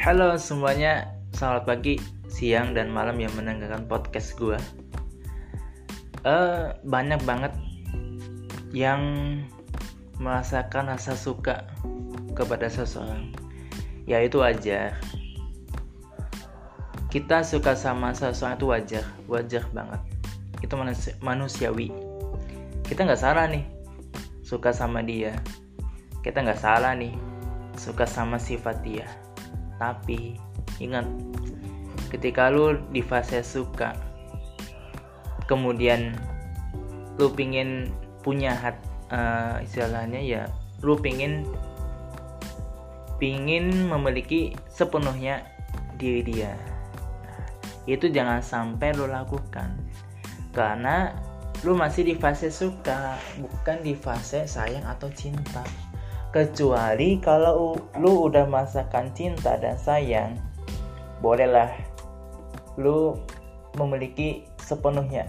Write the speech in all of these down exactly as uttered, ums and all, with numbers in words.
Halo semuanya, selamat pagi, siang, dan malam yang mendengarkan podcast gue. uh, Banyak banget yang merasakan rasa suka kepada seseorang. Ya itu wajar. Kita suka sama seseorang itu wajar, wajar banget. Itu manusia, manusiawi. Kita gak salah nih suka sama dia. Kita gak salah nih suka sama sifat dia. Tapi ingat, ketika lu di fase suka, kemudian lu pingin punya hat, uh, istilahnya ya, lu pingin pingin memiliki sepenuhnya diri dia. Nah, itu jangan sampai lu lakukan, karena lu masih di fase suka, bukan di fase sayang atau cinta. Kecuali kalau lu udah merasakan cinta dan sayang, bolehlah lu memiliki sepenuhnya.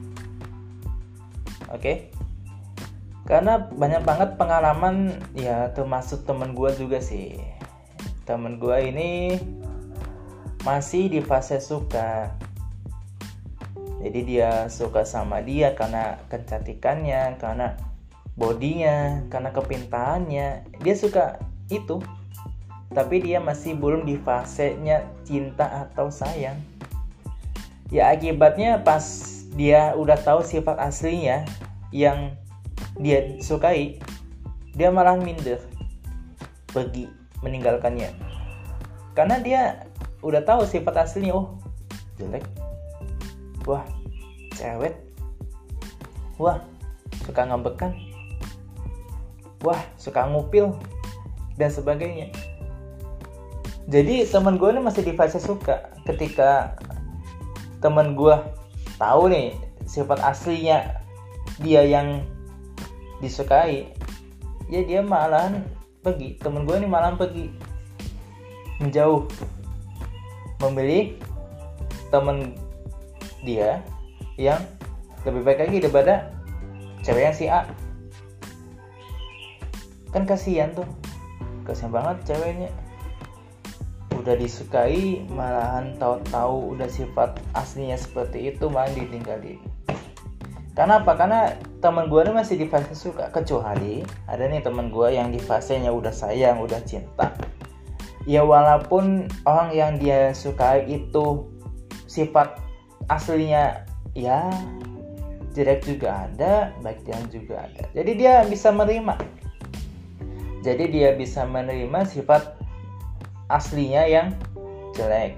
Oke? Okay? Karena banyak banget pengalaman, ya termasuk temen gue juga sih. Temen gue ini masih di fase suka. Jadi dia suka sama dia karena kecantikannya, karena bodinya, karena kepintarannya, dia suka itu. Tapi dia masih belum di fasenya cinta atau sayang. Ya akibatnya pas dia udah tahu sifat aslinya yang dia sukai, dia malah minder, pergi, meninggalkannya. Karena dia udah tahu sifat aslinya, oh jelek, wah cewek, wah suka ngambekan, wah suka ngupil, dan sebagainya. Jadi teman gue ini masih di fase suka. Ketika teman gue tahu nih sifat aslinya dia yang disukai, ya dia malahan pergi. Teman gue ini malahan pergi, menjauh, memilih teman dia yang lebih baik lagi daripada cewek yang si A. Kan kasihan tuh, kasihan banget ceweknya, udah disukai malahan tahu-tahu udah sifat aslinya seperti itu malah ditinggalin. Karena apa? Karena teman gue ini masih di fase suka. Kecuali ada nih teman gue yang di fasenya udah sayang, udah cinta. Ya walaupun orang yang dia sukai itu sifat aslinya ya jelek juga ada, baiknya juga ada. Jadi dia bisa menerima. Jadi dia bisa menerima sifat aslinya yang jelek.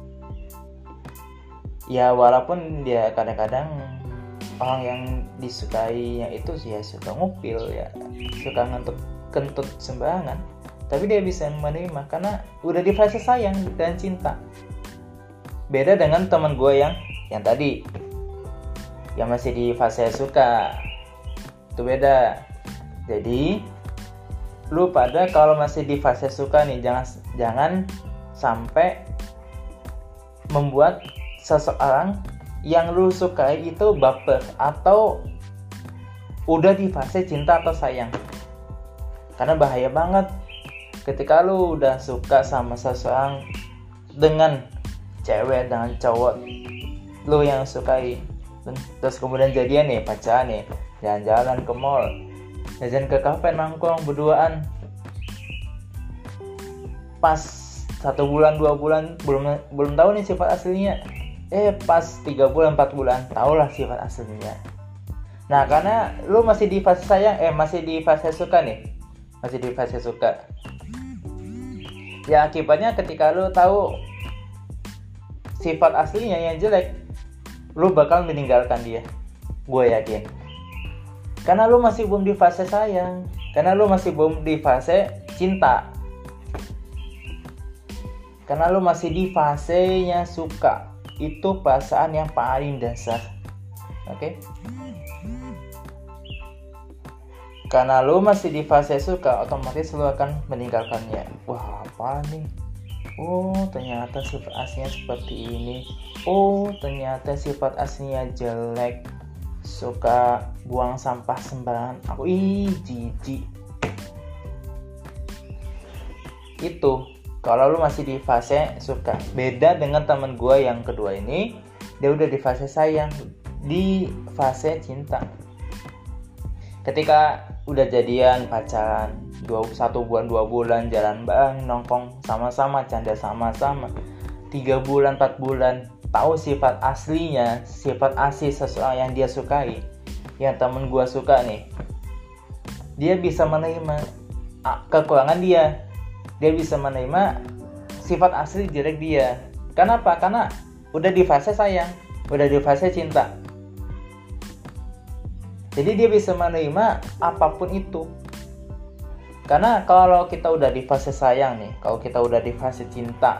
Ya walaupun dia kadang-kadang orang yang disukainya itu ya suka ngupil, ya suka ngentuk kentut sembarangan, tapi dia bisa menerima karena udah di fase sayang dan cinta. Beda dengan teman gue yang yang tadi, yang masih di fase suka, itu beda. Jadi lu pada kalau masih di fase suka nih, jangan jangan sampai membuat seseorang yang lu sukai itu baper atau udah di fase cinta atau sayang. Karena bahaya banget ketika lu udah suka sama seseorang, dengan cewek, dengan cowok lu yang sukai, terus kemudian jadian nih, pacaran nih, jalan-jalan ke mall, jajan ke kafe, nongkrong berduaan. Pas satu bulan dua bulan belum belum tahu nih sifat aslinya. Eh pas tiga bulan empat bulan tahulah sifat aslinya. Nah karena lu masih di fase sayang, eh masih di fase suka nih, masih di fase suka. Ya akibatnya ketika lu tahu sifat aslinya yang jelek, lu bakal meninggalkan dia. Gue yakin. Karena lu masih belum di fase sayang, karena lu masih belum di fase cinta, karena lu masih di fasenya suka. Itu perasaan yang paling dasar. Oke? Okay? Karena lu masih di fase suka, otomatis lu akan meninggalkannya. Wah, apa nih? Oh, ternyata sifat aslinya seperti ini. Oh, ternyata sifat aslinya jelek. Suka buang sampah sembarangan. Aku ih jijik. Itu Kalau lu masih di fase suka. Beda dengan teman gue yang kedua ini, dia udah di fase sayang, di fase cinta. Ketika udah jadian, pacaran, dua, satu bulan, dua bulan, jalan bareng, nongkrong sama-sama, canda sama-sama, tiga bulan, empat bulan, tahu sifat aslinya, sifat asli seseorang yang dia sukai, yang temen gue suka nih, dia bisa menerima kekurangan dia, dia bisa menerima sifat asli jelek dia. Kenapa? Karena udah di fase sayang, udah di fase cinta. Jadi dia bisa menerima apapun itu. Karena kalau kita udah di fase sayang nih, kalau kita udah di fase cinta,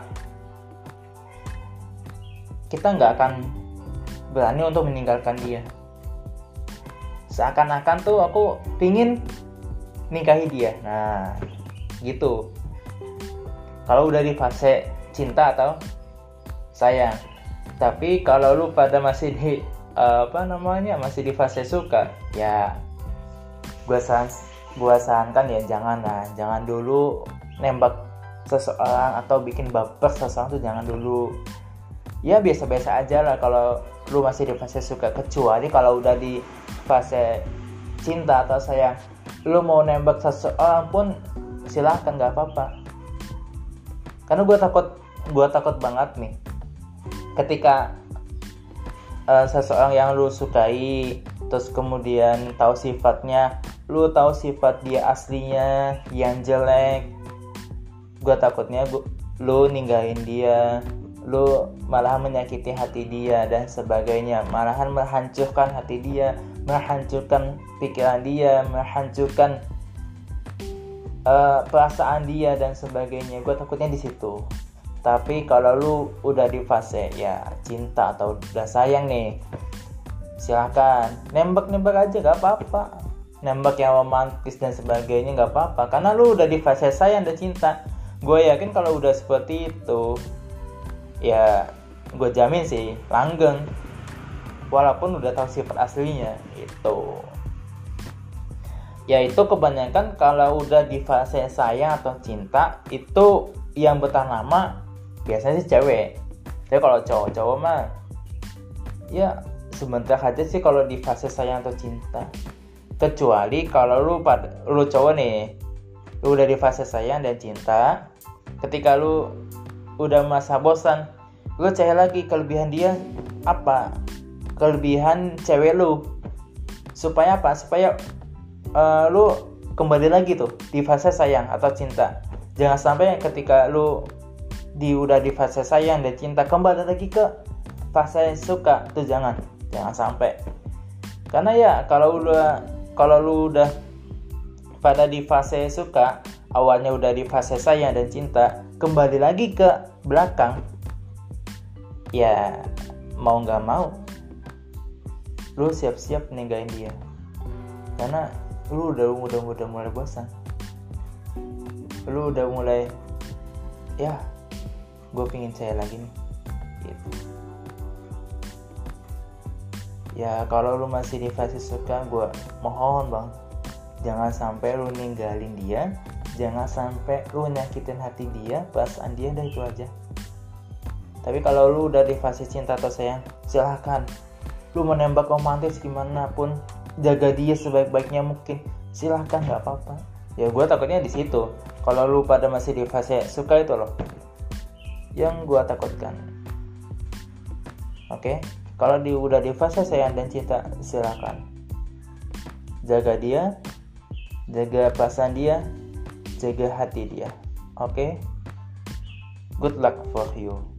kita nggak akan berani untuk meninggalkan dia. Seakan-akan tuh aku pingin nikahi dia. Nah, gitu. Kalau udah di fase cinta atau sayang. Tapi kalau lu pada masih di uh, apa namanya masih di fase suka, ya gue saran, gue sarankan ya jangan lah, jangan dulu nembak seseorang atau bikin baper seseorang tuh jangan dulu. Ya biasa-biasa aja lah kalau lu masih di fase suka, kecuali kalau udah di fase cinta atau sayang, lu mau nembak seseorang pun silahkan, nggak apa-apa. Karena gue takut, gue takut banget nih ketika uh, seseorang yang lu sukai, terus kemudian tahu sifatnya, lu tahu sifat dia aslinya yang jelek, gue takutnya gua, lu ninggalin dia, lu malahan menyakiti hati dia dan sebagainya, malahan menghancurkan hati dia, menghancurkan pikiran dia, menghancurkan uh, perasaan dia dan sebagainya. Gue takutnya di situ. Tapi kalau lu udah di fase ya cinta atau udah sayang nih, silakan nembak-nembak aja, gak apa-apa. Nembak yang romantis dan sebagainya gak apa-apa, karena lu udah di fase sayang dan cinta. Gue yakin kalau udah seperti itu, ya gue jamin sih langgeng, walaupun udah tahu sifat aslinya. Itu ya itu kebanyakan kalau udah di fase sayang atau cinta, itu yang bertahan lama biasanya sih cewek. Tapi kalau cowok-cowok mah ya sebentar aja sih kalau di fase sayang atau cinta. Kecuali kalau lu pada lu cowok nih, lu udah di fase sayang dan cinta, ketika lu udah masa bosan, lu cari lagi kelebihan dia apa, kelebihan cewek lu, supaya apa, supaya uh, lu kembali lagi tuh di fase sayang atau cinta. Jangan sampai ketika lu di udah di fase sayang dan cinta kembali lagi ke fase suka, tuh jangan jangan sampai. Karena ya kalau udah kalau lu udah pada di fase suka, awalnya udah di fase sayang dan cinta, kembali lagi ke belakang, ya mau nggak mau lu siap-siap ninggalin dia, karena lu udah udah udah mulai bosan, lu udah mulai ya gue pingin saya lagi nih gitu. Ya kalau lu masih di fase suka, gue mohon bang, jangan sampai lu ninggalin dia, jangan sampai lu nyakitin hati dia, perasaan dia, dah itu aja. Tapi kalau lu udah di fase cinta atau sayang, silahkan lu menembak romantis gimana pun, jaga dia sebaik-baiknya mungkin, silahkan, nggak apa-apa. Ya gue takutnya di situ. Kalau lu pada masih di fase suka itu loh yang gue takutkan. Oke, kalau di udah di fase sayang dan cinta, silakan jaga dia, jaga perasaan dia, jaga hati dia. Oke, good luck for you.